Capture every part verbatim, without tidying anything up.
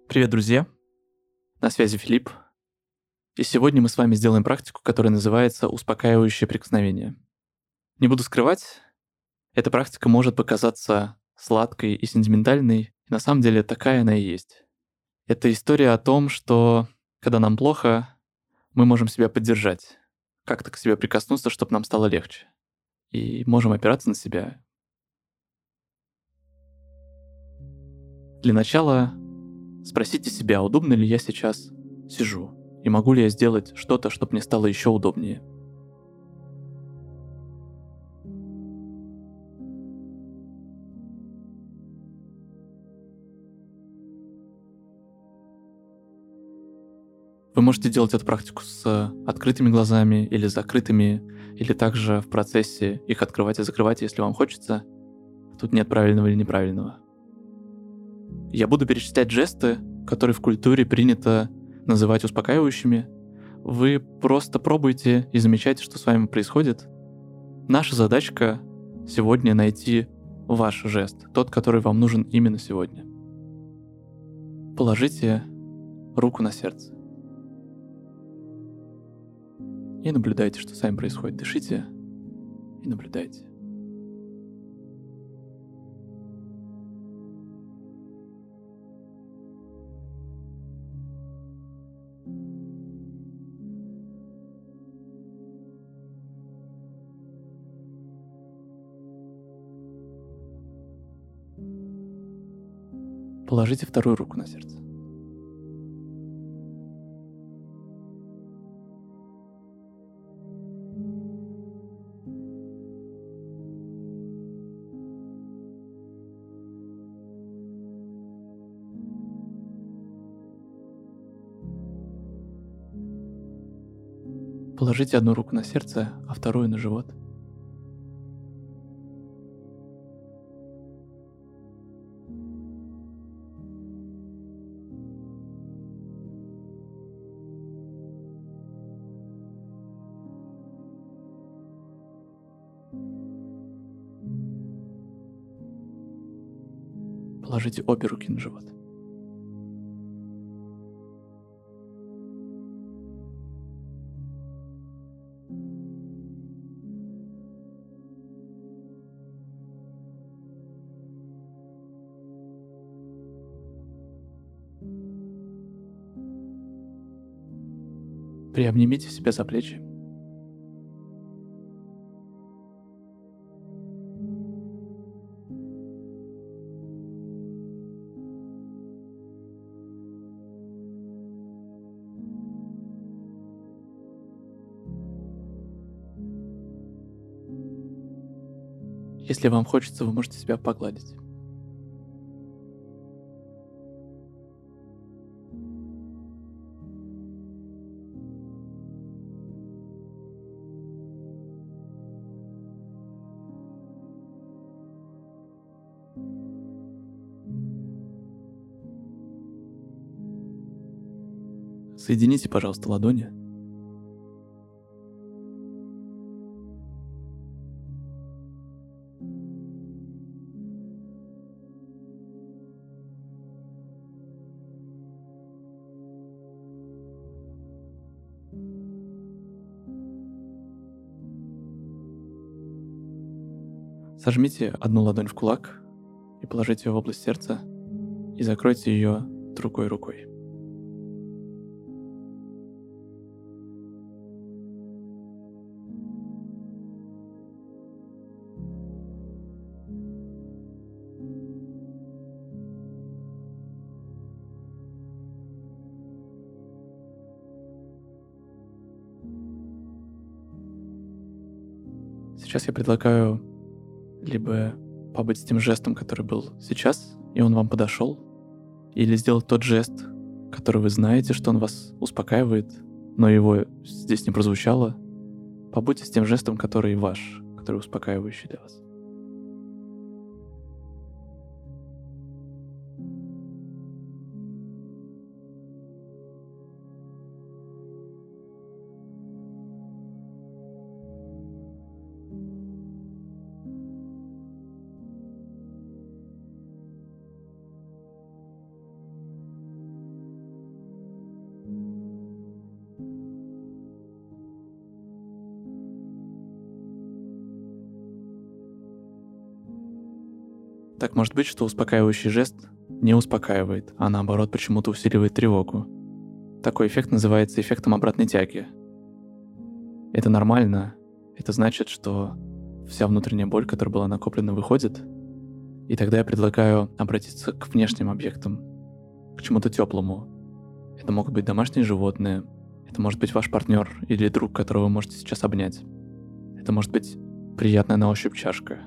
Привет, друзья! На связи Филипп. И сегодня мы с вами сделаем практику, которая называется «Успокаивающее прикосновение». Не буду скрывать, эта практика может показаться сладкой и сентиментальной, и на самом деле такая она и есть. Это история о том, что когда нам плохо, мы можем себя поддержать, как-то к себе прикоснуться, чтобы нам стало легче. И можем опираться на себя. Для начала спросите себя, удобно ли я сейчас сижу, и могу ли я сделать что-то, чтобы мне стало еще удобнее. Вы можете делать эту практику с открытыми глазами или закрытыми, или также в процессе их открывать и закрывать, если вам хочется. Тут нет правильного или неправильного. Я буду перечислять жесты, которые в культуре принято называть успокаивающими. Вы просто пробуйте и замечайте, что с вами происходит. Наша задачка сегодня найти ваш жест, тот, который вам нужен именно сегодня. Положите руку на сердце. И наблюдайте, что с вами происходит. Дышите и наблюдайте. Положите вторую руку на сердце. Положите одну руку на сердце, а вторую на живот. Положите обе руки на живот. Приобнимите себя за плечи. Если вам хочется, вы можете себя погладить. Соедините, пожалуйста, ладони. Сожмите одну ладонь в кулак и положите ее в область сердца, и закройте ее другой рукой. Сейчас я предлагаю либо побыть с тем жестом, который был сейчас, и он вам подошел, или сделать тот жест, который вы знаете, что он вас успокаивает, но его здесь не прозвучало. Побудьте с тем жестом, который ваш, который успокаивающий для вас. Так может быть, что успокаивающий жест не успокаивает, а наоборот почему-то усиливает тревогу. Такой эффект называется эффектом обратной тяги. Это нормально. Это значит, что вся внутренняя боль, которая была накоплена, выходит. И тогда я предлагаю обратиться к внешним объектам, к чему-то теплому. Это могут быть домашние животные, это может быть ваш партнер или друг, которого вы можете сейчас обнять. Это может быть приятная на ощупь чашка.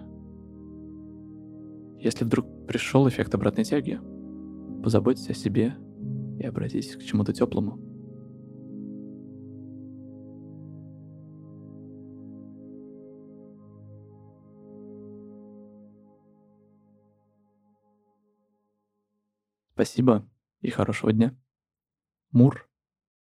Если вдруг пришел эффект обратной тяги, позаботьтесь о себе и обратитесь к чему-то теплому. Спасибо и хорошего дня. Мур.